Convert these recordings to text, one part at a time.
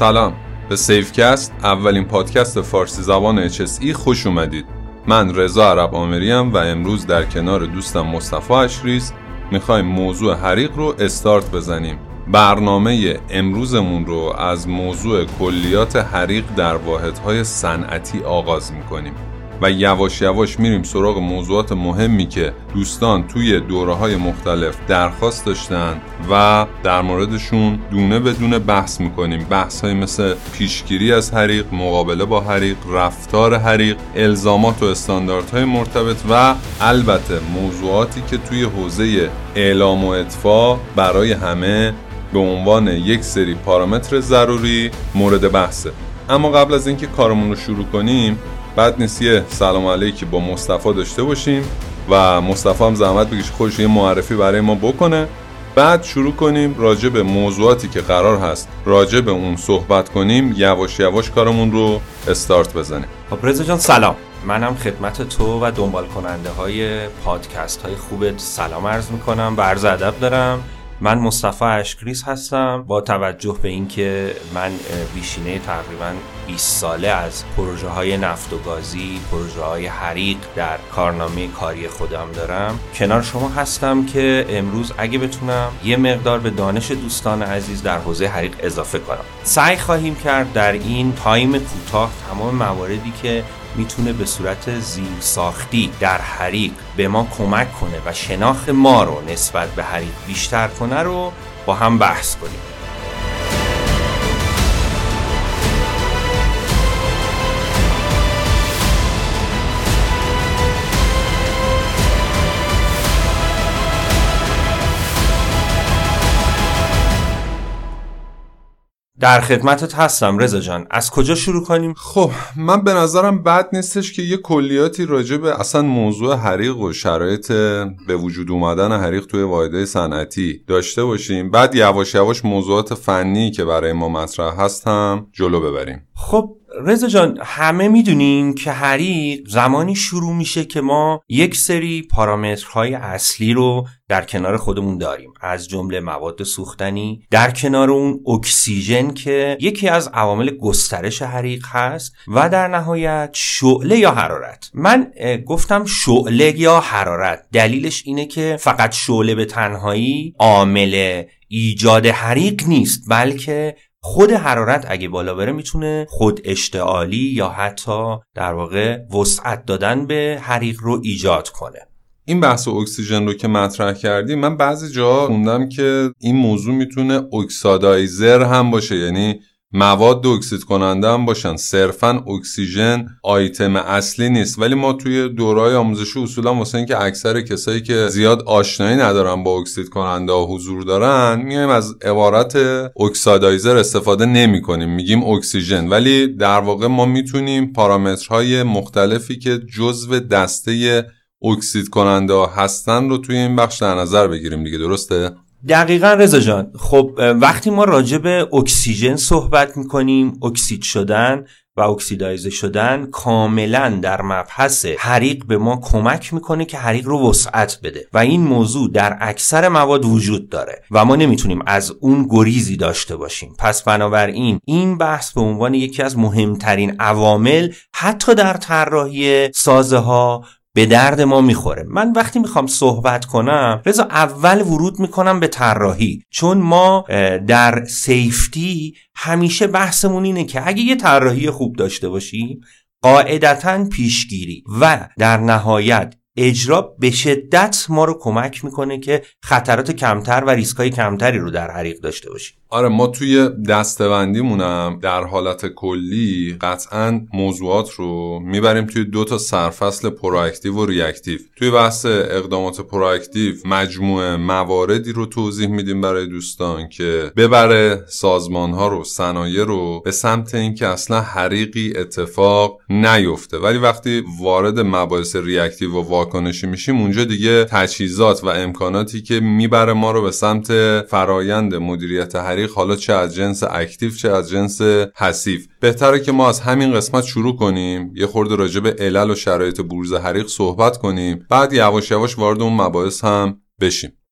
سلام، به سیفکست اولین پادکست فارسی زبان HSE خوش اومدید. من رضا عرب آمریم و امروز در کنار دوستم مصطفی اشریس میخوایم موضوع حریق رو استارت بزنیم. برنامه امروزمون رو از موضوع کلیات حریق در واحدهای صنعتی آغاز میکنیم و یواش یواش میریم سراغ موضوعات مهمی که دوستان توی دوره‌های مختلف درخواست داشتن و در موردشون دونه به دونه بحث میکنیم. بحث‌های مثل پیشگیری از حریق، مقابله با حریق، رفتار حریق، الزامات و استانداردهای مرتبط و البته موضوعاتی که توی حوزه اعلام و اطفاء برای همه به عنوان یک سری پارامتر ضروری مورد بحثه. اما قبل از اینکه کارمون رو شروع کنیم بعد نیست یه سلام علیکی با مصطفی داشته باشیم و مصطفی هم زحمت بکشه خودش یه معرفی برای ما بکنه، بعد شروع کنیم راجع به موضوعاتی که قرار هست راجع به اون صحبت کنیم، یواش یواش کارمون رو استارت بزنیم. خب رضا جان سلام، منم خدمت تو و دنبال کننده های پادکست های خوبت سلام عرض میکنم و عرض ادب دارم. من مصطفی اشریس هستم. با توجه به اینکه من بیشینه تقریباً 20 ساله از پروژه های نفت و گازی، پروژه های حریق در کارنامه کاری خودم دارم، کنار شما هستم که امروز اگه بتونم یه مقدار به دانش دوستان عزیز در حوزه حریق اضافه کنم. سعی خواهیم کرد در این تایم کوتاه تمام مواردی که میتونه به صورت زیرساختی در حریق به ما کمک کنه و شناخت ما رو نسبت به حریق بیشتر کنه رو با هم بحث کنیم. در خدمتت هستم رضا جان. از کجا شروع کنیم؟ خب من به نظرم بد نیستش که یه کلیاتی راجع به اصلا موضوع حریق و شرایط به وجود اومدن حریق توی واحدهای صنعتی داشته باشیم، بعد یواش یواش موضوعات فنی که برای ما مطرح هست هم جلو ببریم. خب رضا جان، همه میدونیم که حریق زمانی شروع میشه که ما یک سری پارامترهای اصلی رو در کنار خودمون داریم، از جمله مواد سوختنی، در کنار اون اکسیژن که یکی از عوامل گسترش حریق هست و در نهایت شعله یا حرارت. من گفتم شعله یا حرارت، دلیلش اینه که فقط شعله به تنهایی عامل ایجاد حریق نیست، بلکه خود حرارت اگه بالا بره میتونه خود اشتعالی یا حتی در واقع وسعت دادن به حریق رو ایجاد کنه. این بحث اکسیژن رو که مطرح کردیم، من بعضی جا خوندم که این موضوع میتونه اکسیدایزر هم باشه، یعنی مواد اکسید کننده هم باشن، صرفاً اکسیژن آیتم اصلی نیست. ولی ما توی دوره‌های آموزشی اصولا واسه اینکه اکثر کسایی که زیاد آشنایی ندارن با اکسید کننده ها حضور دارن، میایم از عبارت اکسیدایزر استفاده نمی‌کنیم، میگیم اکسیژن. ولی در واقع ما میتونیم پارامترهای مختلفی که جزو دسته اکسید کننده ها هستن رو توی این بخش در نظر بگیریم دیگه، درسته؟ دقیقاً رضا جان. خب وقتی ما راجع به اکسیژن صحبت میکنیم، اکسید شدن و اکسیدایز شدن کاملاً در مبحث حریق به ما کمک میکنه که حریق رو وسعت بده و این موضوع در اکثر مواد وجود داره و ما نمیتونیم از اون گریزی داشته باشیم. پس بنابراین این بحث به عنوان یکی از مهمترین عوامل حتی در طراحی سازه ها به درد ما میخوره. من وقتی میخوام صحبت کنم رضا اول ورود میکنم به طراحی، چون ما در سیفتی همیشه بحثمون اینه که اگه یه طراحی خوب داشته باشیم قاعدتاً پیشگیری و در نهایت اجرا به شدت ما رو کمک میکنه که خطرات کمتر و ریسکای کمتری رو در حریق داشته باشیم. آره، ما توی دسته‌بندیمونم در حالت کلی قطعاً موضوعات رو میبریم توی 2 سرفصل پرواکتیو و ریاکتیو. توی بحث اقدامات پرواکتیو مجموعه مواردی رو توضیح میدیم برای دوستان که ببره سازمان‌ها رو، صنایع رو به سمت اینکه اصلا حریقی اتفاق نیفته. ولی وقتی وارد مباحث ریاکتیو و واکنشی میشیم، اونجا دیگه تجهیزات و امکاناتی که میبره ما رو به سمت فرایند مدیریت حریق، حالا چه از جنس اکتیو چه از جنس پسیو. بهتره که ما از همین قسمت شروع کنیم، یه خورده راجع به علل و شرایط بروز حریق صحبت کنیم، بعد یواش یواش وارد اون مباحث هم بشیم.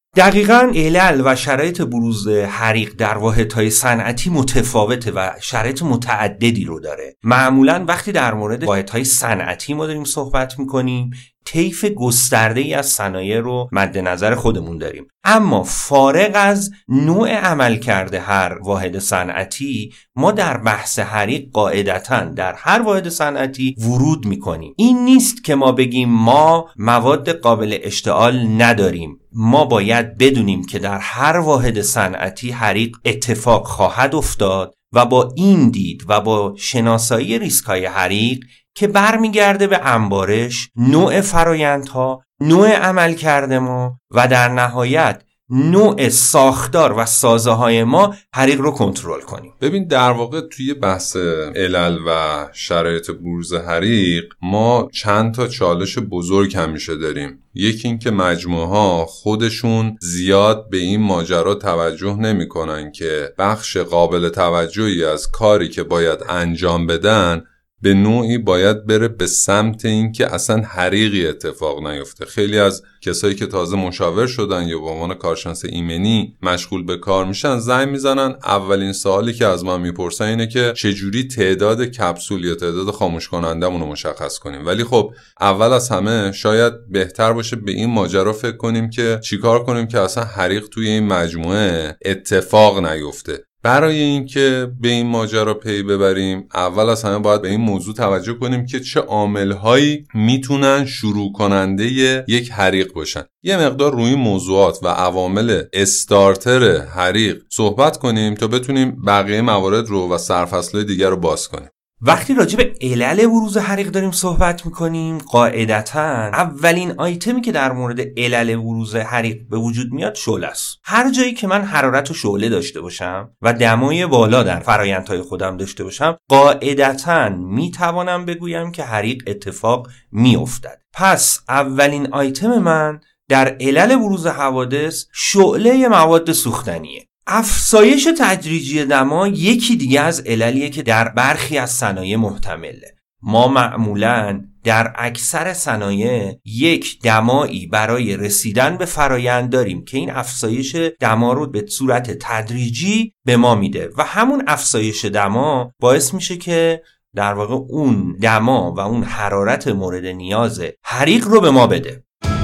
دقیقاً علل و شرایط بروز حریق در واحدهای صنعتی متفاوته و شرایط متعددی رو داره. معمولاً وقتی در مورد واحدهای صنعتی ما داریم صحبت میکنیم طیف گسترده‌ای از صنایع رو مد نظر خودمون داریم، اما فارغ از نوع عملکرد هر واحد صنعتی ما در بحث حریق قاعدتاً در هر واحد صنعتی ورود میکنیم. این نیست که ما بگیم ما مواد قابل اشتعال نداریم. ما باید بدونیم که در هر واحد صنعتی حریق اتفاق خواهد افتاد و با این دید و با شناسایی ریسک‌های حریق که برمیگرده به انبارش، نوع فرایندها، نوع عملکرد ما و در نهایت نوع ساختار و سازه‌های ما حریق رو کنترل کنیم. ببین در واقع توی بحث علل و شرایط بروز حریق ما چند تا چالش بزرگ همیشه داریم. یکی این که مجموعه‌ها خودشون زیاد به این ماجرا توجه نمی‌کنن که بخش قابل توجهی از کاری که باید انجام بدن به نوعی باید بره به سمت این که اصلا حریقی اتفاق نیفته. خیلی از کسایی که تازه مشاور شدن یا به عنوان کارشناس ایمنی مشغول به کار میشن زنگ میزنن، اولین سوالی که از من میپرسن اینه که چجوری تعداد کپسول یا تعداد خاموش کنندمون رو مشخص کنیم. ولی خب اول از همه شاید بهتر باشه به این ماجرا فکر کنیم که چیکار کنیم که اصلا حریق توی این مجموعه اتفاق نیفته. برای اینکه به این ماجرا پی ببریم اول از همه باید به این موضوع توجه کنیم که چه عامل‌هایی میتونن شروع کننده یک حریق باشن. یه مقدار روی موضوعات و عوامل استارتر حریق صحبت کنیم تا بتونیم بقیه موارد رو و سرفصل‌های دیگر رو باز کنیم. وقتی راجع به علل بروز حریق داریم صحبت میکنیم قاعدتاً اولین آیتمی که در مورد علل بروز حریق به وجود میاد شعله است. هر جایی که من حرارت و شعله داشته باشم و دمای بالا در فرآیندهای خودم داشته باشم قاعدتاً میتوانم بگویم که حریق اتفاق میافتد. پس اولین آیتم من در علل بروز حوادث شعله مواد سوختنیه. افزایش تدریجی دما یکی دیگه از عللیه که در برخی از صنایع محتمله. ما معمولاً در اکثر صنایع یک دمایی برای رسیدن به فرایند داریم که این افزایش دما رو به صورت تدریجی به ما میده و همون افزایش دما باعث میشه که در واقع اون دما و اون حرارت مورد نیاز حریق رو به ما بده.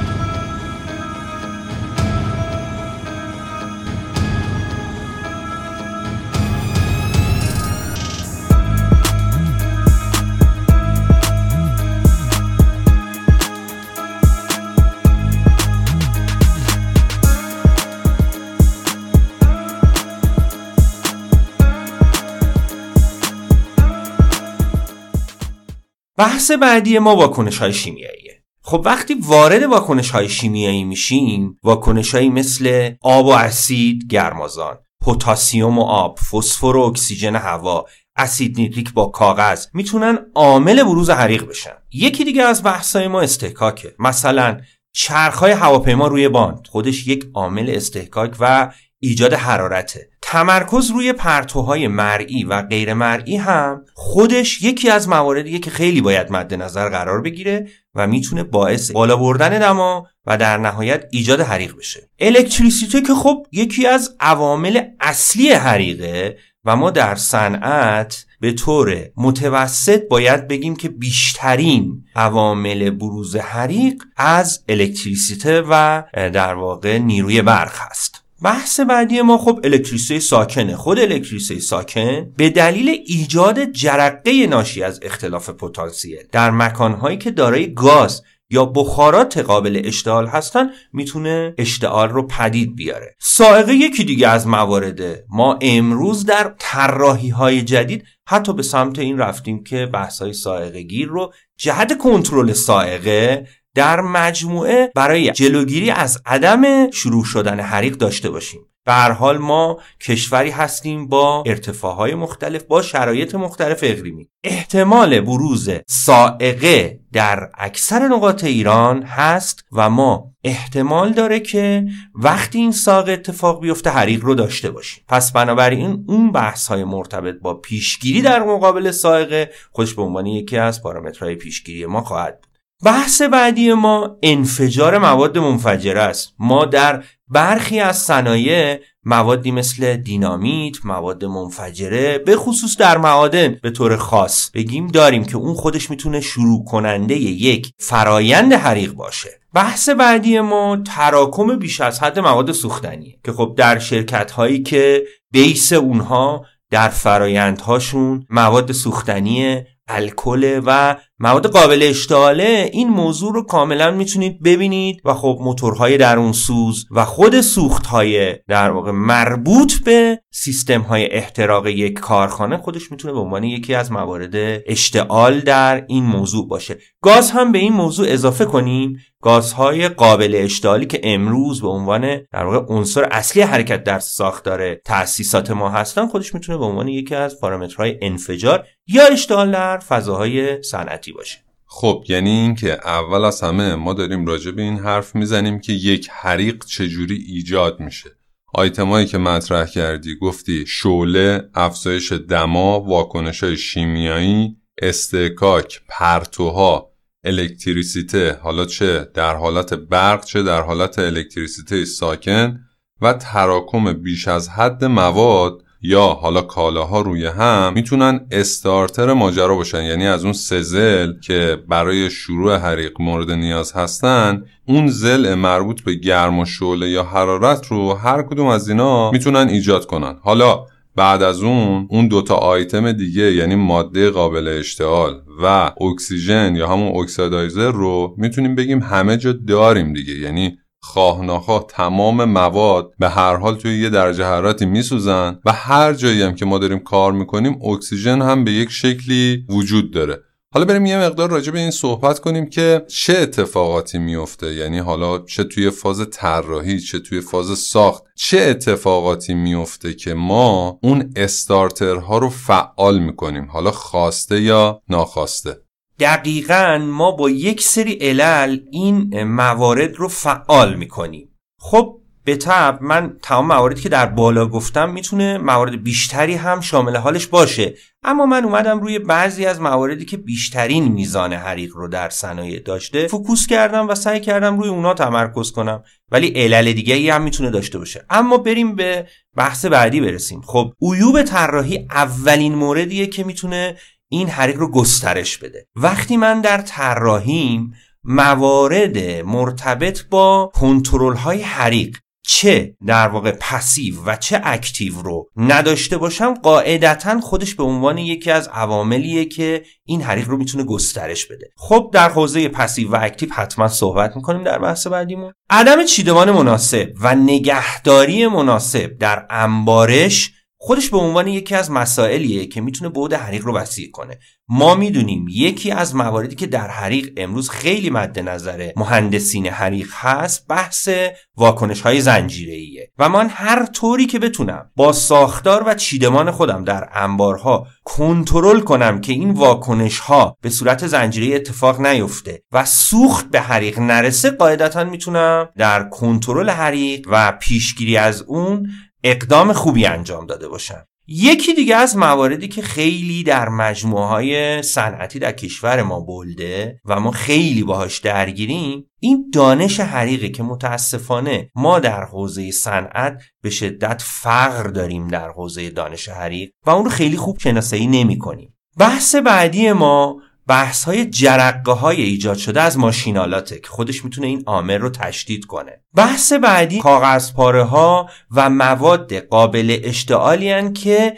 بحث بعدی ما واکنش‌های شیمیاییه. خب وقتی وارد واکنش‌های شیمیایی میشیم، واکنش‌هایی مثل آب و اسید گرمازان، پتاسیم و آب، فسفر و اکسیژن هوا، اسید نیتریک با کاغذ میتونن عامل بروز حریق بشن. یکی دیگه از بحث‌های ما استحکاکه. مثلا چرخ‌های هواپیما روی باند خودش یک عامل استحکاک و ایجاد حرارته. تمرکز روی پرتوهای مرئی و غیر مرئی هم خودش یکی از مواردیه که خیلی باید مد نظر قرار بگیره و میتونه باعث بالا بردن دما و در نهایت ایجاد حریق بشه. الکتریسیته که خب یکی از عوامل اصلی حریقه و ما در صنعت به طور متوسط باید بگیم که بیشترین عوامل بروز حریق از الکتریسیته و در واقع نیروی برق هست. بحث بعدی ما خب الکتریسیته ساکنه. خود الکتریسیته ساکن به دلیل ایجاد جرقه ناشی از اختلاف پتانسیل در مکانهایی که دارای گاز یا بخارات قابل اشتعال هستن میتونه اشتعال رو پدید بیاره. صاعقه یکی دیگه از موارده. ما امروز در طراحی‌های جدید حتی به سمت این رفتیم که بحث‌های صاعقه گیر رو جهت کنترل صاعقه در مجموعه برای جلوگیری از عدم شروع شدن حریق داشته باشیم. به هر حال ما کشوری هستیم با ارتفاعهای مختلف، با شرایط مختلف اقلیمی. احتمال بروز صاعقه در اکثر نقاط ایران هست و ما احتمال داره که وقتی این صاعقه اتفاق بیفته حریق رو داشته باشیم. پس بنابراین اون بحث‌های مرتبط با پیشگیری در مقابل صاعقه خودش به عنوان یکی از پارامترهای پیشگیری ما خواهد بود. بحث بعدی ما انفجار مواد منفجره است. ما در برخی از صنایع موادی مثل دینامیت، مواد منفجره، به خصوص در معادن به طور خاص بگیم داریم که اون خودش میتونه شروع کننده یک فرایند حریق باشه. بحث بعدی ما تراکم بیش از حد مواد سوختنیه که خب در شرکت هایی که بیس اونها در فرایندهاشون مواد سوختنیه، الکل و مواد قابل اشتعاله، این موضوع رو کاملا میتونید ببینید و خب موتورهای درونسوز و خود سوختهای در واقع مربوط به سیستم‌های احتراق یک کارخانه خودش میتونه به عنوان یکی از موارد اشتعال در این موضوع باشه. گاز هم به این موضوع اضافه کنیم. گازهای قابل اشتعالی که امروز به عنوان در واقع عنصر اصلی حرکت در ساختار تأسیسات ما هستن، خودش میتونه به عنوان یکی از پارامترهای انفجار یا اشتعال در فضاهای صنعتی باشه. خب یعنی این که اول از همه ما داریم راجع به این حرف میزنیم که یک حریق چجوری ایجاد میشه. آیتمایی که مطرح کردی گفتی شعله، افزایش دما، واکنش‌های شیمیایی، استحکاک، پرتوها، الکتریسیته، حالا چه در حالت برق چه در حالت الکتریسیته ساکن، و تراکم بیش از حد مواد یا حالا کالاها روی هم میتونن استارتر ماجرا باشن. یعنی از اون سه ضلع که برای شروع حریق مورد نیاز هستن، اون ضلع مربوط به گرم و شعله یا حرارت رو هر کدوم از اینا میتونن ایجاد کنن. حالا بعد از اون دوتا آیتم دیگه یعنی ماده قابل اشتعال و اکسیژن یا همون اکسیدایزر رو میتونیم بگیم همه جا داریم دیگه. یعنی خواه ناخواه تمام مواد به هر حال توی یه درجه حرارتی میسوزن و هر جایی هم که ما داریم کار میکنیم اکسیژن هم به یک شکلی وجود داره. حالا بریم یه مقدار راجع به این صحبت کنیم که چه اتفاقاتی میفته. یعنی حالا چه توی فاز طراحی چه توی فاز ساخت چه اتفاقاتی میفته که ما اون استارترها رو فعال میکنیم، حالا خواسته یا ناخواسته. دقیقاً ما با یک سری علل این موارد رو فعال میکنیم. خب به طبع من تمام مواردی که در بالا گفتم میتونه موارد بیشتری هم شامل حالش باشه، اما من اومدم روی بعضی از مواردی که بیشترین میزان حریق رو در صنایع داشته فوکوس کردم و سعی کردم روی اونا تمرکز کنم، ولی علل دیگه‌ای هم میتونه داشته باشه. اما بریم به بحث بعدی برسیم. خب عیوب طراحی اولین موردیه که میتونه این حریق رو گسترش بده. وقتی من در طراحیم موارد مرتبط با کنترل‌های حریق چه در واقع پسیو و چه اکتیو رو نداشته باشم، قاعدتاً خودش به عنوان یکی از عواملیه که این حریق رو میتونه گسترش بده. خب در حوزه پسیو و اکتیو حتما صحبت میکنیم در بحث بعدیمون. عدم چیدمان مناسب و نگهداری مناسب در انبارش خودش به عنوان یکی از مسائلیه که میتونه بعد حریق رو وسیع کنه. ما میدونیم یکی از مواردی که در حریق امروز خیلی مد نظر مهندسین حریق هست بحث واکنش‌های زنجیره‌ایه و من هر طوری که بتونم با ساختار و چیدمان خودم در انبارها کنترل کنم که این واکنش‌ها به صورت زنجیره‌ای اتفاق نیفته و سوخت به حریق نرسه، قاعدتاً میتونم در کنترل حریق و پیشگیری از اون اقدام خوبی انجام داده باشن. یکی دیگه از مواردی که خیلی در مجموعه‌های صنعتی در کشور ما بلده و ما خیلی باهاش درگیریم، این دانش حریقه که متاسفانه ما در حوزه صنعت به شدت فقر داریم در حوزه دانش حریق و اون رو خیلی خوب شناسایی نمی‌کنیم. بحث بعدی ما بحث‌های جرقه‌های ایجاد شده از ماشینالاته که خودش میتونه این عامل رو تشدید کنه. بحث بعدی کاغذپاره‌ها و مواد قابل اشتعالی هستند که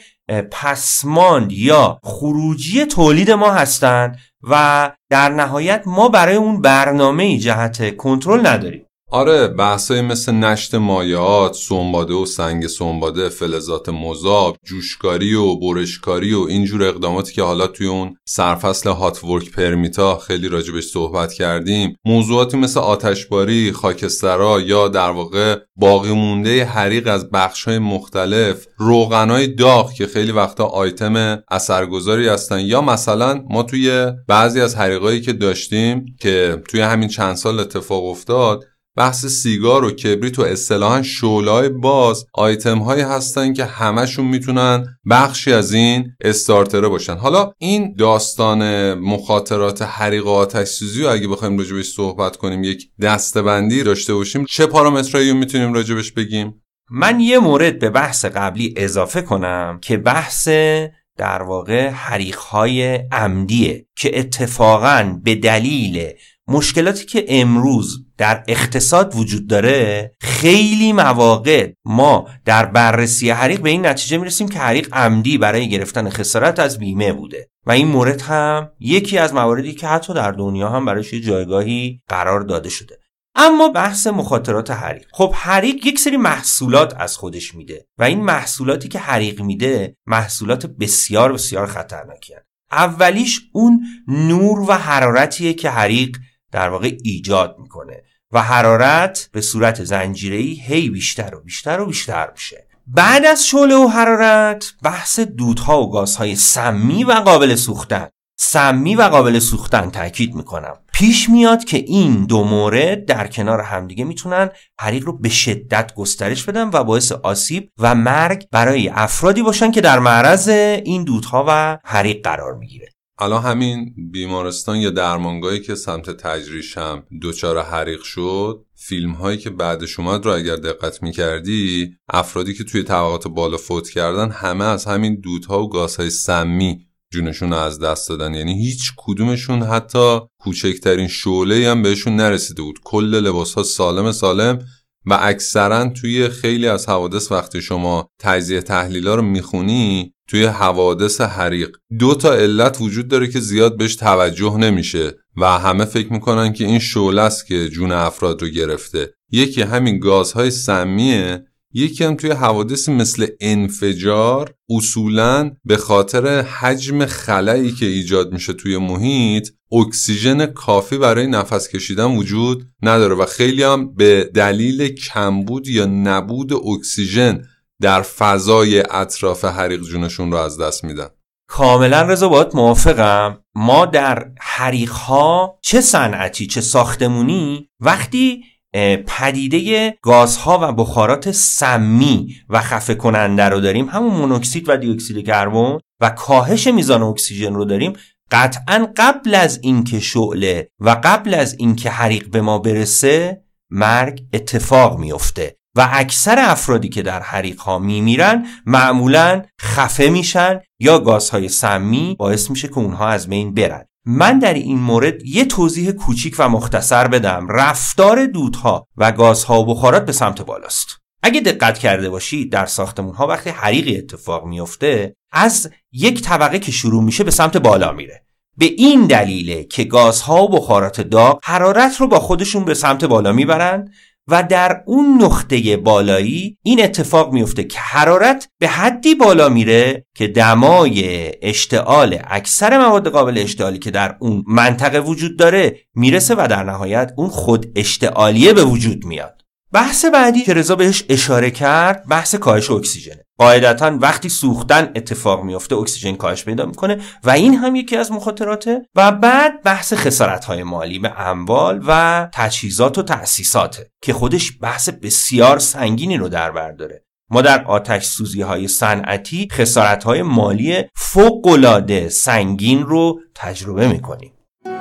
پسماند یا خروجی تولید ما هستند و در نهایت ما برای اون برنامه‌ای جهت کنترل نداریم. آره، بحثای مثل نشت مایعات، سنباده و سنگ سنباده، فلزات مذاب، جوشکاری و برشکاری و اینجور اقداماتی که حالا توی اون سرفصل هات ورک پرمیتا خیلی راجبش صحبت کردیم، موضوعاتی مثل آتشباری، خاکسترها یا در واقع باقی مونده حریق از بخش‌های مختلف، روغنای داغ که خیلی وقتا آیتم اثرگذاری هستن، یا مثلا ما توی بعضی از حریقایی که داشتیم که توی همین چند سال اتفاق افتاد، بحث سیگار و کبریت و اصطلاحاً شعله‌های باز آیتم هایی هستن که همشون میتونن بخشی از این استارتره باشن. حالا این داستان مخاطرات حریق و آتش سوزی رو اگه بخوایم راجبش صحبت کنیم، یک دسته‌بندی داشته باشیم، چه پارامترایی رو میتونیم راجبش بگیم؟ من یه مورد به بحث قبلی اضافه کنم که بحث در واقع حریق‌های عمدیه که اتفاقاً به دلیل مشکلاتی که امروز در اقتصاد وجود داره خیلی مواقع ما در بررسی حریق به این نتیجه میرسیم که حریق عمدی برای گرفتن خسارت از بیمه بوده و این مورد هم یکی از مواردی که حتی در دنیا هم برایش جایگاهی قرار داده شده. اما بحث مخاطرات حریق، خب حریق یک سری محصولات از خودش میده و این محصولاتی که حریق میده محصولات بسیار بسیار خطرناکی هستند. اولیش اون نور و حرارتیه که حریق در واقع ایجاد میکنه و حرارت به صورت زنجیره‌ای هی بیشتر و بیشتر و بیشتر میشه. بعد از شعله و حرارت بحث دودها و گازهای سمی و قابل سوختن تاکید میکنم پیش میاد که این دو مورد در کنار همدیگه میتونن حریق رو به شدت گسترش بدن و باعث آسیب و مرگ برای افرادی باشن که در معرض این دودها و حریق قرار میگیره. الان همین بیمارستان یا درمانگاهی که سمت تجریش هم دچار حریق شد، فیلم هایی که بعدش اومد رو اگر دقت میکردی، افرادی که توی طبقات بالا فوت کردن همه از همین دودها و گازهای سمی جونشون رو از دست دادن. یعنی هیچ کدومشون حتی کوچکترین شعله‌ای هم بهشون نرسیده بود. کل لباس‌ها سالم و اکثرا توی خیلی از حوادث وقتی شما تجزیه تحلیل‌ها رو میخونی، توی حوادث حریق 2 تا علت وجود داره که زیاد بهش توجه نمیشه و همه فکر میکنن که این شعله است که جون افراد رو گرفته. یکی همین گازهای سمیه، یکی هم توی حوادثی مثل انفجار اصولاً به خاطر حجم خلایی که ایجاد میشه توی محیط اکسیژن کافی برای نفس کشیدن وجود نداره و خیلی هم به دلیل کمبود یا نبود اکسیژن در فضای اطراف حریق جونشون رو از دست میدن. کاملا رضا باهات موافقم. ما در حریق‌ها چه صنعتی چه ساختمونی وقتی پدیده گازها و بخارات سمی و خفه کننده رو داریم، همون مونوکسید و دی اکسید کربن و کاهش میزان اکسیژن رو داریم، قطعاً قبل از اینکه شعله و قبل از اینکه حریق به ما برسه مرگ اتفاق میفته و اکثر افرادی که در حریق ها میمیرن معمولاً خفه میشن یا گازهای سمی باعث میشه که اونها از بین برن. من در این مورد یه توضیح کوچیک و مختصر بدم. رفتار دودها و گازها و بخارات به سمت بالاست. اگه دقت کرده باشید در ساختمون ها وقتی حریقی اتفاق میفته از یک طبقه که شروع میشه به سمت بالا میره. به این دلیله که گازها و بخارات داغ حرارت رو با خودشون به سمت بالا میبرن و در اون نقطه بالایی این اتفاق میفته که حرارت به حدی بالا میره که دمای اشتعال اکثر مواد قابل اشتعالی که در اون منطقه وجود داره میرسه و در نهایت اون خود اشتعالیه به وجود میاد. بحث بعدی که رضا بهش اشاره کرد بحث کاهش اکسیژنه. قاعدتاً وقتی سوختن اتفاق میفته اکسیژن کاهش پیدا میکنه و این هم یکی از مخاطراته. و بعد بحث خسارت‌های مالی به اموال و تجهیزات و تأسیساته که خودش بحث بسیار سنگینی رو در بر داره. ما در آتش سوزی‌های صنعتی خسارت‌های مالی فوق‌العاده سنگین رو تجربه میکنیم.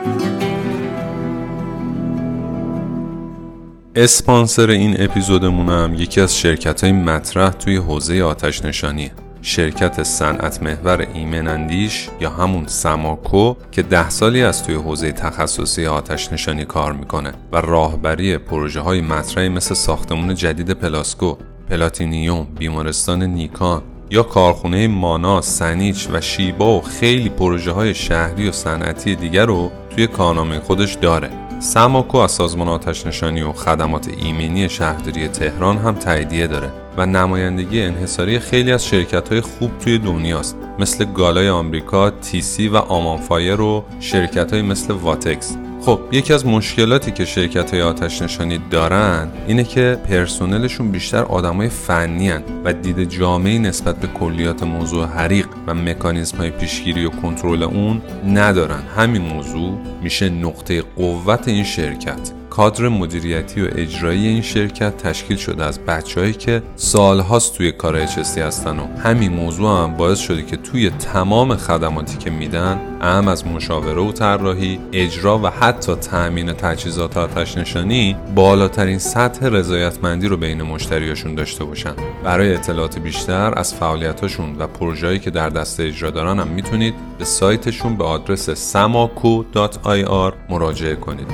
اسپانسر این اپیزودمونم یکی از شرکت‌های مطرح توی حوزه آتش نشانیه. شرکت صنعت محور ایمن اندیش یا همون سماکو که 10 سالی از توی حوزه تخصصی آتش نشانی کار میکنه و راهبری پروژه‌های مطرحی مثل ساختمون جدید پلاسکو، پلاتینیوم، بیمارستان نیکان یا کارخونه مانا، سنیچ و شیبا و خیلی پروژه‌های شهری و صنعتی دیگر رو توی کارنامه خودش داره. سماکو از سازمان آتش نشانی و خدمات ایمنی شهرداری تهران هم تاییدیه داره و نمایندگی انحصاری خیلی از شرکت‌های خوب توی دنیاست مثل گالای آمریکا، تیسی و آمانفایر و شرکت‌های مثل واتکس. خب یکی از مشکلاتی که شرکت‌های آتش نشانی دارن اینه که پرسنلشون بیشتر آدمای فنی هن و دید جامعی نسبت به کلیات موضوع حریق و مکانیزم‌های پیشگیری و کنترل اون ندارن. همین موضوع میشه نقطه قوت این شرکت. کادر مدیریتی و اجرایی این شرکت تشکیل شده از بچه‌هایی که سال‌هاست توی کار HSE هستن و همین موضوع هم باعث شده که توی تمام خدماتی که میدن، اهم از مشاوره و طراحی، اجرا و حتی تأمین تجهیزات آتش نشانی، بالاترین سطح رضایتمندی رو بین مشتریاشون داشته باشن. برای اطلاعات بیشتر از فعالیتاشون و پروژه‌ای که در دست اجرا دارن هم میتونید به سایتشون به آدرس samaco.ir مراجعه کنید.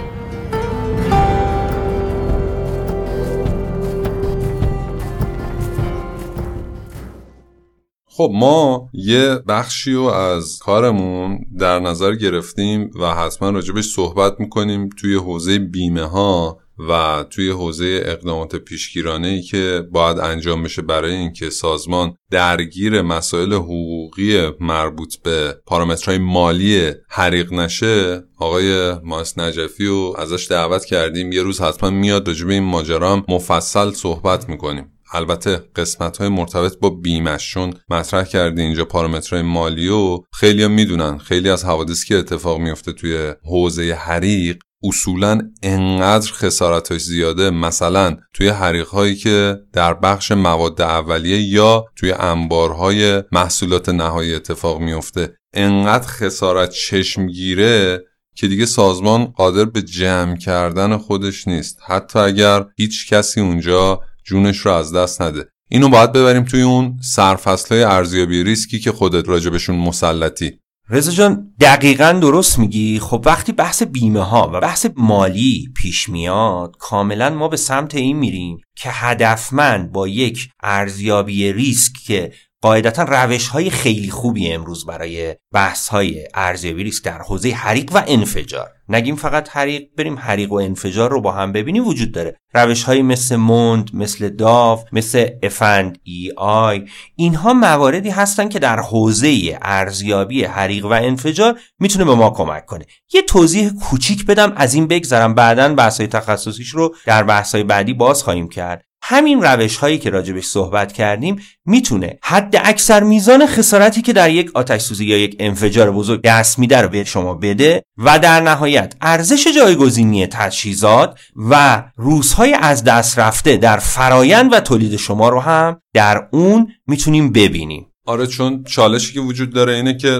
خب ما یه بخشی رو از کارمون در نظر گرفتیم و حتما راجبش صحبت میکنیم توی حوزه بیمه ها و توی حوزه اقدامات پیشگیرانه‌ای که باید انجام بشه برای اینکه سازمان درگیر مسائل حقوقی مربوط به پارامترهای مالی حریق نشه. آقای ماس نجفی رو ازش دعوت کردیم، یه روز حتما میاد راجب این ماجرا هم مفصل صحبت میکنیم. البته قسمت‌های مرتبط با بیمه‌ش چون مطرح کردی اینجا پارامترهای مالی و خیلی‌ها میدونن خیلی از حوادثی که اتفاق میفته توی حوزه حریق اصولاً انقدر خسارتش زیاده، مثلا توی حریق‌هایی که در بخش مواد اولیه یا توی انبارهای محصولات نهایی اتفاق میفته، انقدر خسارت چشمگیره که دیگه سازمان قادر به جمع کردن خودش نیست، حتی اگر هیچ کسی اونجا جونش رو از دست نده. اینو باید ببریم توی اون سرفصل‌های ارزیابی ریسکی که خودت راجبشون مسلطی. رضا جان دقیقاً درست میگی. خب وقتی بحث بیمه ها و بحث مالی پیش میاد، کاملاً ما به سمت این میریم که هدفمند با یک ارزیابی ریسک که قاعدتاً روش‌های خیلی خوبی امروز برای بحث‌های ارزیابی ریسک در حوزه حریق و انفجار، نگیم فقط حریق، بریم حریق و انفجار رو با هم ببینیم، وجود داره. روش‌هایی مثل موند، مثل داو، مثل F&EI، اینها مواردی هستن که در حوزه ارزیابی حریق و انفجار میتونه به ما کمک کنه. یه توضیح کوچیک بدم از این بگذرم، بعداً بحث‌های تخصصیش رو در بحث‌های بعدی باز خواهیم کرد. همین روش هایی که راجبش صحبت کردیم میتونه حد اکثر میزان خسارتی که در یک آتش سوزی یا یک انفجار بزرگ دست میده رو به شما بده و در نهایت ارزش جایگزینی تجهیزات و روزهای از دست رفته در فرایند و تولید شما رو هم در اون میتونیم ببینیم. آره، چون چالشی که وجود داره اینه که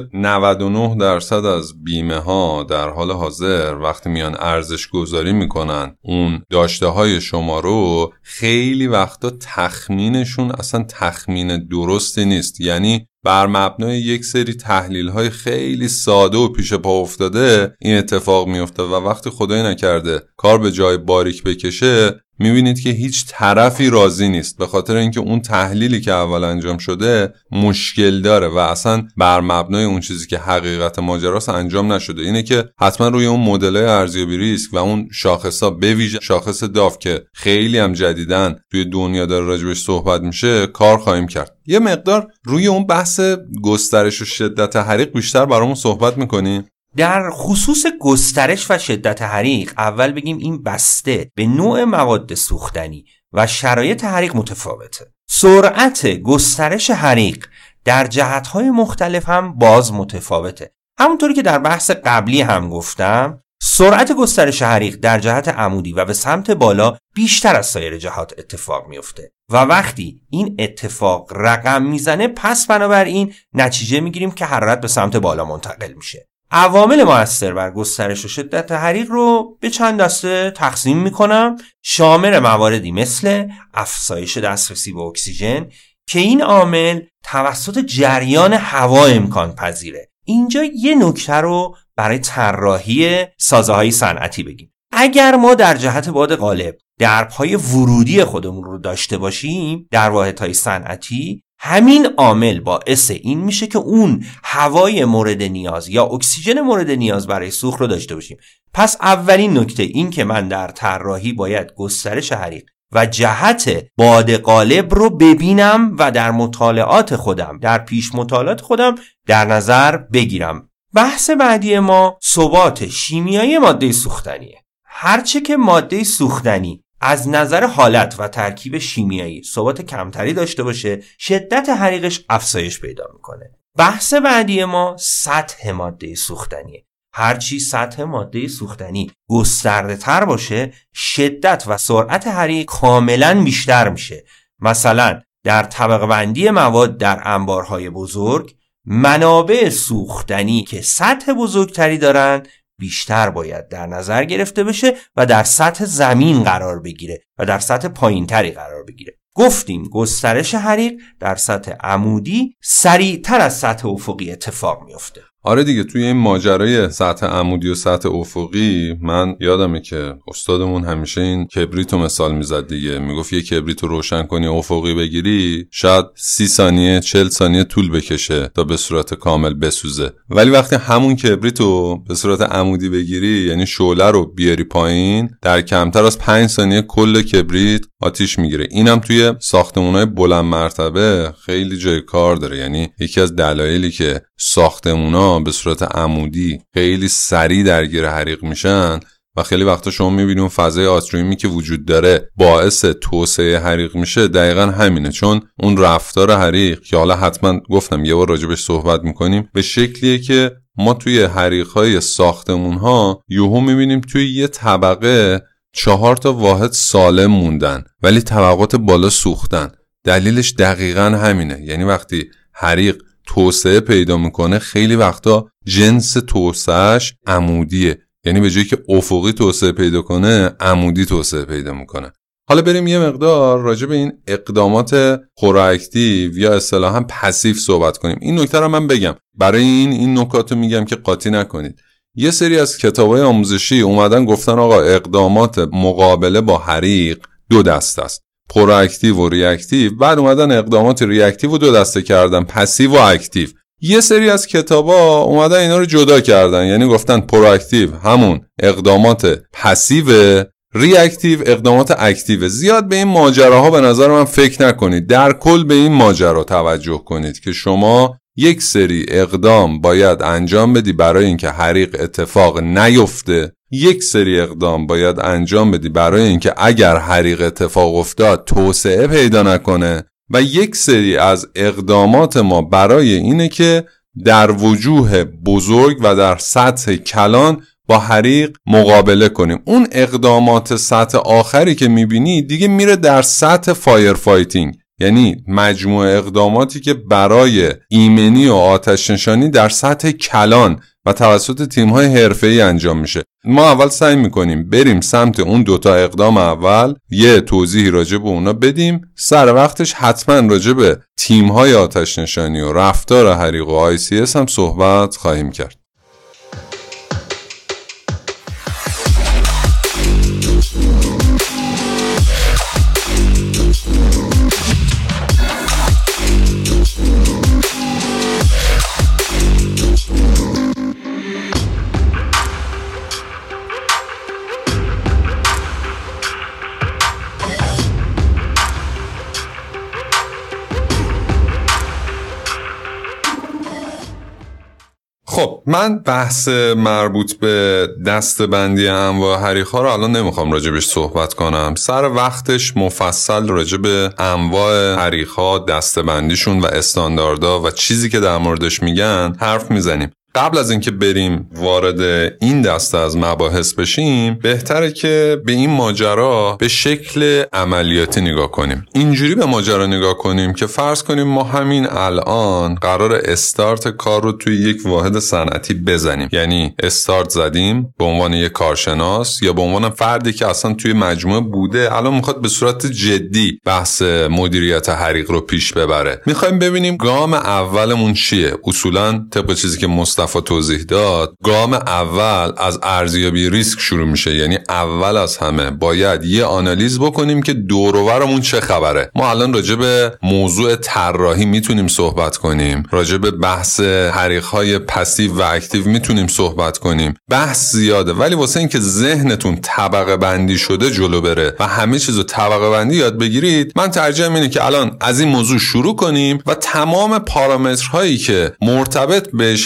99% از بیمه ها در حال حاضر وقتی میان ارزش گذاری میکنن اون داشته های شما رو، خیلی وقتا تخمینشون اصلا تخمین درستی نیست. یعنی بر مبنای یک سری تحلیل های خیلی ساده و پیش پا افتاده این اتفاق میفته و وقتی خدای نکرده کار به جای باریک بکشه میبینید که هیچ طرفی راضی نیست، به خاطر اینکه اون تحلیلی که اول انجام شده مشکل داره و اصلا بر مبنای اون چیزی که حقیقت ماجراست انجام نشده. اینه که حتما روی اون مدل‌های ارزیابی ریسک و اون شاخص‌ها، به ویژه شاخص داو که خیلی هم جدیدن توی دنیا داره راجبش صحبت میشه، کار خواهیم کرد. یه مقدار روی اون بحث گسترش و شدت حریق بیشتر برامون صحبت می‌کنی؟ در خصوص گسترش و شدت حریق اول بگیم این بسته به نوع مواد سوختنی و شرایط حریق متفاوته. سرعت گسترش حریق در جهت‌های مختلف هم باز متفاوته. همونطوری که در بحث قبلی هم گفتم، سرعت گسترش حریق در جهت عمودی و به سمت بالا بیشتر از سایر جهات اتفاق میفته و وقتی این اتفاق رقم میزنه پس بنابراین نتیجه میگیریم که حرارت به سمت بالا منتقل میشه. عوامل مؤثر بر گسترش و شدت حریق رو به چند دسته تقسیم میکنم، شامل مواردی مثل افزایش دسترسی به اکسیژن که این عامل توسط جریان هوا امکان پذیره. اینجا یه نکته رو برای طراحی سازه‌های صنعتی بگیم. اگر ما در جهت باد غالب درب‌های ورودی خودمون رو داشته باشیم در واحدهای صنعتی، همین عامل باعث این میشه که اون هوای مورد نیاز یا اکسیژن مورد نیاز برای سوخت رو داشته باشیم. پس اولین نکته این که من در طراحی باید گسترش حریق و جهت باد غالب رو ببینم و در مطالعات خودم، در پیش مطالعات خودم در نظر بگیرم. بحث بعدی ما ثبات شیمیایی ماده سوختنیه. هرچه که ماده سوختنی از نظر حالت و ترکیب شیمیایی ثبات کمتری داشته باشه، شدت حریقش افزایش پیدا میکنه. بحث بعدی ما سطح ماده سوختنیه. هرچی سطح ماده سوختنی گسترده تر باشه، شدت و سرعت حریق کاملا بیشتر میشه. مثلا در طبقه بندی مواد در انبارهای بزرگ، منابع سوختنی که سطح بزرگتری دارن بیشتر باید در نظر گرفته بشه و در سطح زمین قرار بگیره و در سطح پایینتری قرار بگیره. گفتیم گسترش حریق در سطح عمودی سریعتر از سطح افقی اتفاق میفته. آره دیگه، توی این ماجرای سطح عمودی و سطح افقی من یادمه که استادمون همیشه این کبریتو مثال میزد دیگه. میگفت یه کبریتو روشن کنی افقی بگیری شاید 30 ثانیه 40 ثانیه طول بکشه تا به صورت کامل بسوزه، ولی وقتی همون کبریتو به صورت عمودی بگیری، یعنی شعله رو بیاری پایین، در کمتر از 5 ثانیه کل کبریت آتیش میگیره. اینم توی ساختمان‌های بلند مرتبه خیلی جای کار داره. یعنی یکی از دلایلی که ساختمان‌ها به صورت عمودی خیلی سریع درگیر حریق میشن و خیلی وقتا شما میبینید اون فضای آتریومی که وجود داره باعث توسعه حریق میشه، دقیقاً همینه. چون اون رفتار حریق که حالا حتما گفتم یه بار راجبش صحبت میکنیم، به شکلیه که ما توی حریق‌های ساختمان‌ها یهو میبینیم توی یه طبقه 4 تا واحد سالم موندن ولی طبقات بالا سوختن. دلیلش دقیقاً همینه. یعنی وقتی حریق توسعه پیدا میکنه خیلی وقتا جنس توسعهش عمودیه، یعنی به جایی که افقی توسعه پیدا کنه عمودی توسعه پیدا میکنه. حالا بریم یه مقدار راجع به این اقدامات پرواکتیو یا اصطلاحاً پسیو صحبت کنیم. این نکته رو من بگم، برای این نکات رو میگم که قاطی نکنید. یه سری از کتابای آموزشی اومدن گفتن آقا اقدامات مقابله با حریق 2 دسته است، پرواکتیو و ریاکتیو. بعد اومدن اقدامات ریاکتیو رو 2 دسته کردن، پسیو و اکتیو. یه سری از کتابا اومدن اینا رو جدا کردن، یعنی گفتن پرواکتیو همون اقدامات پسیو، ریاکتیو اقدامات اکتیو. زیاد به این ماجراها به نظر من فکر نکنید. در کل به این ماجرا توجه کنید که شما یک سری اقدام باید انجام بدی برای اینکه حریق اتفاق نیفته، یک سری اقدام باید انجام بدی برای اینکه اگر حریق اتفاق افتاد توسعه پیدا نکنه، و یک سری از اقدامات ما برای اینه که در وجوه بزرگ و در سطح کلان با حریق مقابله کنیم. اون اقدامات سطح آخری که میبینی دیگه میره در سطح فایر فایتینگ، یعنی مجموعه اقداماتی که برای ایمنی و آتش نشانی در سطح کلان و توسط تیم‌های حرفه‌ای انجام میشه. ما اول سعی میکنیم بریم سمت اون 2 تا اقدام اول، یه توضیحی راجع به اونا بدیم، سر وقتش حتما راجع به تیم‌های آتش نشانی و رفتار حریق و ICS هم صحبت خواهیم کرد. خب من بحث مربوط به دسته‌بندی انواع حریق‌ها رو الان نمیخوام راجبش صحبت کنم. سر وقتش مفصل راجب انواع حریق‌ها، دسته‌بندیشون و استانداردها و چیزی که در موردش میگن حرف میزنیم. قبل از اینکه بریم وارد این دسته از مباحث بشیم، بهتره که به این ماجرا به شکل عملیاتی نگاه کنیم. اینجوری به ماجرا نگاه کنیم که فرض کنیم ما همین الان قرار استارت کار رو توی یک واحد صنعتی بزنیم. یعنی استارت زدیم به عنوان یک کارشناس یا به عنوان فردی که اصلا توی مجموعه بوده، الان میخواد به صورت جدی بحث مدیریت حریق رو پیش ببره. میخوایم ببینیم گام اولمون چیه. اصولا طبق چیزی که مصطفی توضیح داد، گام اول از ارزیابی ریسک شروع میشه. یعنی اول از همه باید یه آنالیز بکنیم که دور و برمون چه خبره. ما الان راجع به موضوع طراحی میتونیم صحبت کنیم، راجع به بحث حریق‌های پسیو و اکتیو میتونیم صحبت کنیم. بحث زیاده، ولی واسه اینکه ذهنتون طبقه بندی شده جلو بره و همه چیزو طبقه بندی یاد بگیرید، من ترجیحم اینه که الان از این موضوع شروع کنیم و تمام پارامترهایی که مرتبط بهش هست رو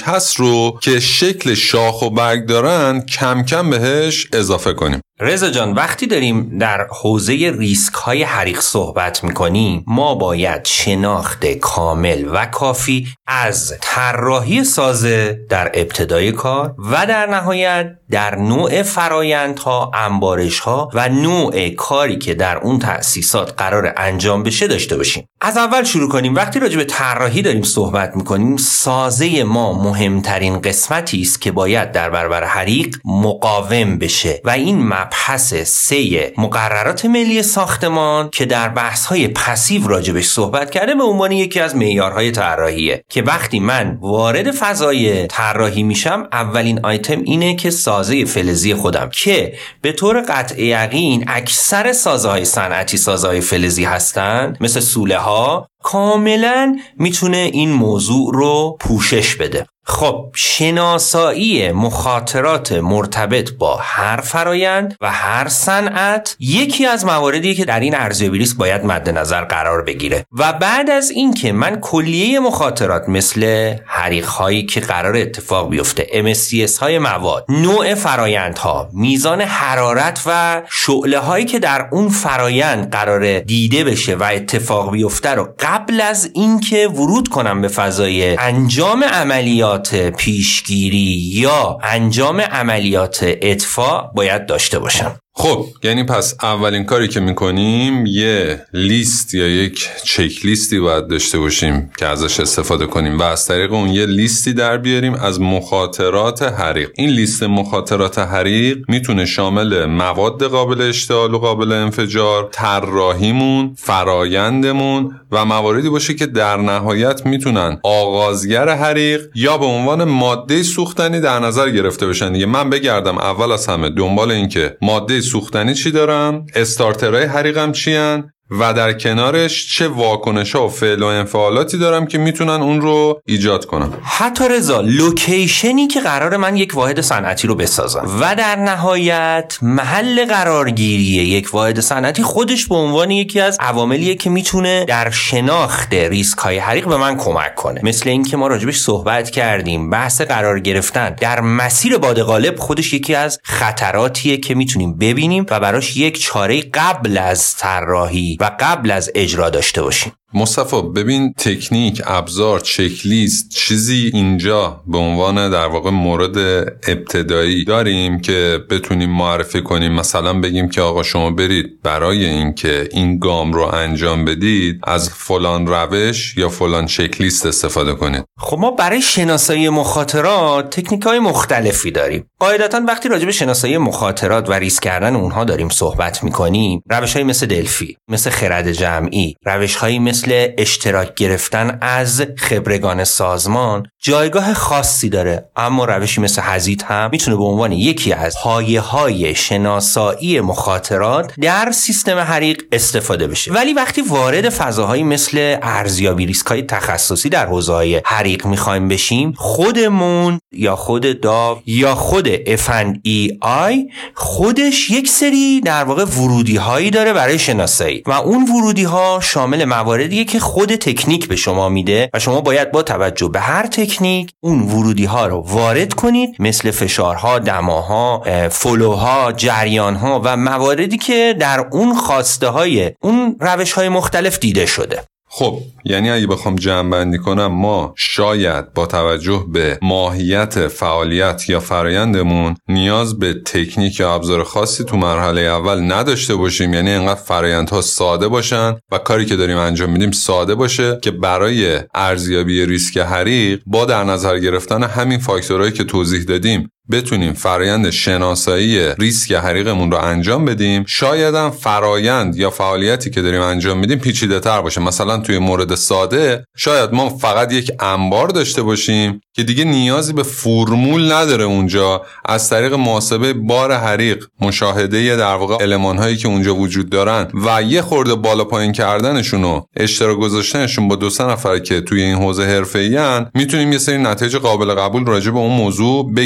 رو که شکل شاخ و برگ دارن کم کم بهش اضافه کنیم. رضا جان، وقتی داریم در حوزه ریسک های حریق صحبت میکنیم ما باید شناخت کامل و کافی از طراحی سازه در ابتدای کار و در نهایت در نوع فرآیندها، انبارش‌ها و نوع کاری که در اون تأسیسات قرار انجام بشه داشته باشیم. از اول شروع کنیم. وقتی راجع به طراحی داریم صحبت میکنیم سازه ما مهمترین قسمتی است که باید در برابر حریق مقاوم بشه و این مبحث 3 مقررات ملی ساختمان که در بحث‌های پسیو راجبش صحبت کرده به عنوان یکی از معیارهای طراحیه که وقتی من وارد فضای طراحی میشم اولین آیتم اینه که سازه فلزی خودم که به طور قطع یقین اکثر سازه‌های صنعتی سازه‌های فلزی هستند مثل سوله ها کاملا میتونه این موضوع رو پوشش بده. خب شناسایی مخاطرات مرتبط با هر فرایند و هر صنعت یکی از مواردیه که در این ارزیابی ریسک باید مد نظر قرار بگیره و بعد از این که من کلیه مخاطرات مثل حریق هایی که قرار اتفاق بیفته، MSCS های مواد، نوع فرایندها، میزان حرارت و شعله هایی که در اون فرایند قرار دیده بشه و اتفاق بیفته رو قبل از اینکه ورود کنم به فضای انجام عملیات پیشگیری یا انجام عملیات اطفاء باید داشته باشم. خب یعنی پس اولین کاری که میکنیم یه لیست یا یک چک لیستی باید داشته باشیم که ازش استفاده کنیم و از طریق اون یه لیستی در بیاریم از مخاطرات حریق. این لیست مخاطرات حریق میتونه شامل مواد قابل اشتعال و قابل انفجار، طراحیمون، فرایندمون و مواردی باشه که در نهایت میتونن آغازگر حریق یا به عنوان ماده سوختنی در نظر گرفته بشن. دیگه من بگردم اول از همه دنبال این که ماده سوختنی چی دارم، استارترهای حریقم چی هن و در کنارش چه واکنش‌ها و فعل و انفعالاتی دارم که میتونن اون رو ایجاد کنم. حتی رضا لوکیشنی که قرار من یک واحد صنعتی رو بسازم و در نهایت محل قرارگیری یک واحد صنعتی خودش به عنوان یکی از عواملیه که میتونه در شناخت ریسک‌های حریق به من کمک کنه. مثل این که ما راجبش صحبت کردیم، بحث قرار گرفتن در مسیر باد غالب خودش یکی از خطراتیه که میتونیم ببینیم و براش یک چاره قبل از طراحی و قبل از اجرا داشته باشیم. مصطفی ببین تکنیک، ابزار، چک لیست چیزی اینجا به عنوان در واقع مورد ابتدایی داریم که بتونیم معرفی کنیم. مثلا بگیم که آقا شما برید برای اینکه این گام رو انجام بدید از فلان روش یا فلان چک لیست استفاده کنید. خب ما برای شناسایی مخاطرات تکنیک‌های مختلفی داریم. قاعدتاً وقتی راجع به شناسایی مخاطرات و ریسک کردن اونها داریم صحبت می‌کنیم، روش‌های مثل دلفی، مثل خرد جمعی، روش‌هایی مثل اشتراک گرفتن از خبرگان سازمان جایگاه خاصی داره، اما روشی مثل حضیض هم میتونه به عنوان یکی از پایه‌های شناسایی مخاطرات در سیستم حریق استفاده بشه. ولی وقتی وارد فضاهایی مثل ارزیابی ریسک‌های تخصصی در حوزه‌های حریق می‌خوایم بشیم، خودمون یا خود داو یا خود F&EI خودش یک سری در واقع ورودی‌هایی داره برای شناسایی و اون ورودی‌ها شامل مواردیه که خود تکنیک به شما میده و شما باید با توجه به هر تکنیک اون ورودی‌ها رو وارد کنید، مثل فشارها، دماها، فلوها، جریانها و مواردی که در اون خواسته‌های اون روش‌های مختلف دیده شده. خب یعنی اگه بخوام جمع‌بندی کنم ما شاید با توجه به ماهیت فعالیت یا فرایندمون نیاز به تکنیک یا ابزار خاصی تو مرحله اول نداشته باشیم، یعنی انقدر فرایندها ساده باشن و کاری که داریم انجام میدیم ساده باشه که برای ارزیابی ریسک حریق با در نظر گرفتن همین فاکتورهایی که توضیح دادیم بتونیم فرایند شناسایی ریسک حریقمون رو انجام بدیم. شاید هم فرایند یا فعالیتی که داریم انجام میدیم پیچیده‌تر باشه. مثلا توی مورد ساده شاید ما فقط یک انبار داشته باشیم که دیگه نیازی به فرمول نداره، اونجا از طریق محاسبه بار حریق، مشاهده در واقع المان‌هایی که اونجا وجود دارن و یه خورده بالا پایین کردنشون و اشتراک گذاشتنشون با 2-3 نفر که توی این حوزه حرفه‌ای‌ان میتونیم یه سری نتایج قابل قبول راجع به اون موضوع بگیریم. ولی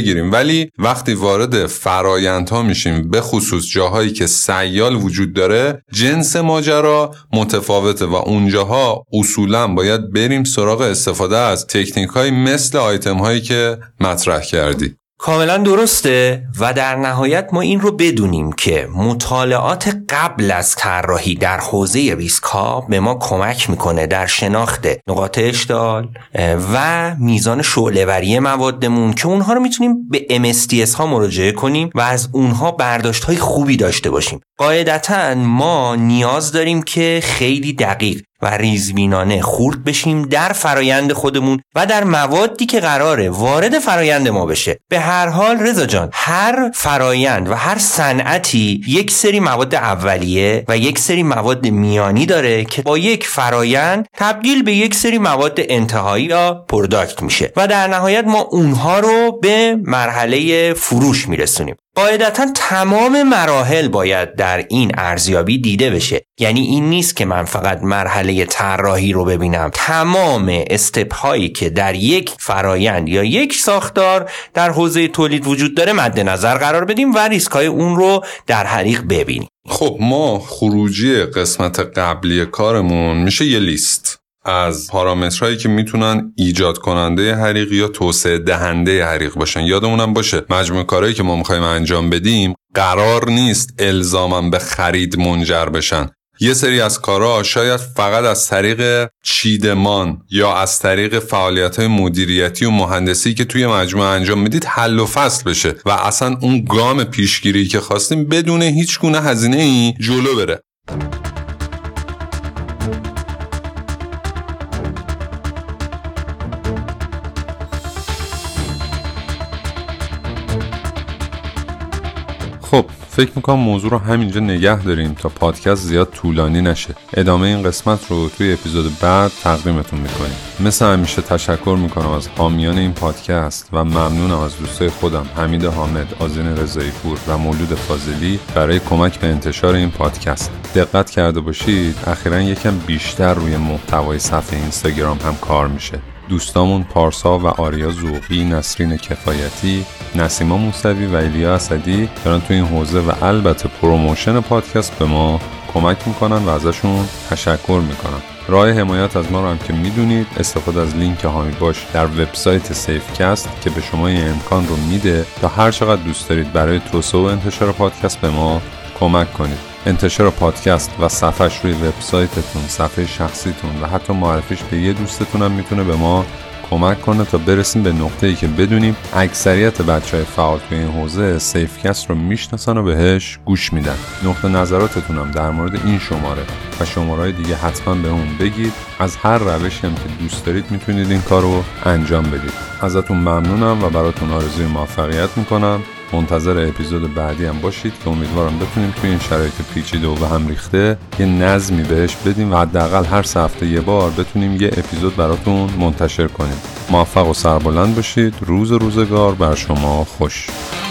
ولی وقتی وارد فرآیندها میشیم، به خصوص جاهایی که سیال وجود داره، جنس ماجرا متفاوته و اونجاها اصولا باید بریم سراغ استفاده از تکنیک‌های مثل آیتم‌هایی که مطرح کردی. کاملا درسته و در نهایت ما این رو بدونیم که مطالعات قبل از طراحی در حوزه ریسک‌ها به ما کمک میکنه در شناخت نقاط اشتعال و میزان شعله‌وری موادمون که اونها رو میتونیم به MSTS ها مراجعه کنیم و از اونها برداشت‌های خوبی داشته باشیم. قاعدتاً ما نیاز داریم که خیلی دقیق و ریزبینانه خورد بشیم در فرایند خودمون و در موادی که قراره وارد فرایند ما بشه. به هر حال رضا جان، هر فرایند و هر صنعتی یک سری مواد اولیه و یک سری مواد میانی داره که با یک فرایند تبدیل به یک سری مواد انتهایی یا پروداکت میشه و در نهایت ما اونها رو به مرحله فروش میرسونیم. قاعدتاً تمام مراحل باید در این ارزیابی دیده بشه. یعنی این نیست که من فقط مرحله طراحی رو ببینم، تمام استپ هایی که در یک فرایند یا یک ساختار در حوزه تولید وجود داره مد نظر قرار بدیم و ریسک های اون رو در حریق ببینیم. خب ما خروجی قسمت قبلی کارمون میشه یه لیست از پارامترهایی که میتونن ایجاد کننده حریق یا توسعه دهنده حریق باشن. یادمونم باشه مجموع کارهایی که ما میخوایم انجام بدیم قرار نیست الزاماً به خرید منجر بشن. یه سری از کارها شاید فقط از طریق چیدمان یا از طریق فعالیت‌های مدیریتی و مهندسی که توی مجموعه انجام میدید حل و فصل بشه و اصلا اون گام پیشگیری که خواستیم بدون هیچ گونه هزینه‌ای جلو بره. خب فکر میکنم موضوع رو همینجا نگه داریم تا پادکست زیاد طولانی نشه. ادامه این قسمت رو توی اپیزود بعد تقدیمتون میکنیم. مثل همیشه تشکر میکنم از حامیان این پادکست و ممنونم از دوستای خودم حمید حامد، آذین رضایی پور و مولود فاضلی برای کمک به انتشار این پادکست. دقت کرده باشید اخیراً یکم بیشتر روی محتوای صفحه اینستاگرام هم کار میشه. دوستامون پارسا و آریا ذوقی، نسرین کفایتی، نسیما موسوی و ایلیا اسدی دارن تو این حوزه و البته پروموشن پادکست به ما کمک میکنن و ازشون تشکر میکنم. راه حمایت از ما رو هم که میدونید، استفاده از لینک هامی باش در وبسایت سیفکست که به شما این امکان رو میده تا هر چقدر دوست دارید برای توسعه و انتشار پادکست به ما کمک کنید. انتشار پادکست و صفحش روی وبسایتتون، صفحه شخصیتون و حتی معرفیش به یه دوستتون هم میتونه به ما کمک کنه تا برسیم به نقطه‌ای که بدونیم اکثریت بچه‌های فعال توی این حوزه سیفکست رو میشناسن و بهش گوش میدن. نقطه نظراتتون هم در مورد این شماره و شماره‌های دیگه حتما به اون بگید. از هر روشی هم که دوست دارید میتونید این کار رو انجام بدید. ازتون ممنونم و براتون آرزوی موفقیت میکنم. منتظر اپیزود بعدی هم باشید که امیدوارم بتونیم توی این شرایط پیچیده و به هم ریخته یه نظمی بهش بدیم و حداقل هر هفته یه بار بتونیم یه اپیزود براتون منتشر کنیم. موفق و سربلند باشید. روزگار بر شما خوش.